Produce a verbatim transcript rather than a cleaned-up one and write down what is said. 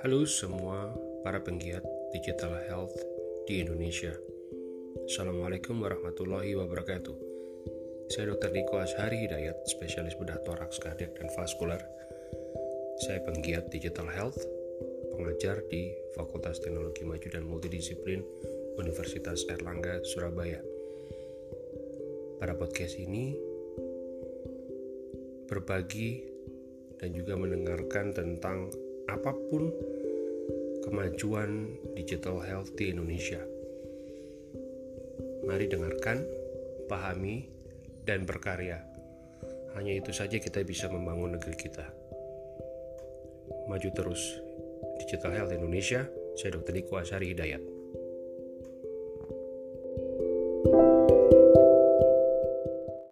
Halo semua para penggiat digital health di Indonesia. Assalamualaikum warahmatullahi wabarakatuh. Saya dokter Niko Ashari Hidayat, spesialis bedah toraks, kardiak, dan vaskular. Saya penggiat digital health, pengajar di Fakultas Teknologi Maju dan Multidisiplin Universitas Airlangga, Surabaya. Pada podcast ini berbagi dan juga mendengarkan tentang apapun kemajuan digital health di Indonesia. Mari dengarkan, pahami, dan berkarya. Hanya itu saja kita bisa membangun negeri kita. Maju terus digital health Indonesia. Saya dokter Niko Ashari Hidayat.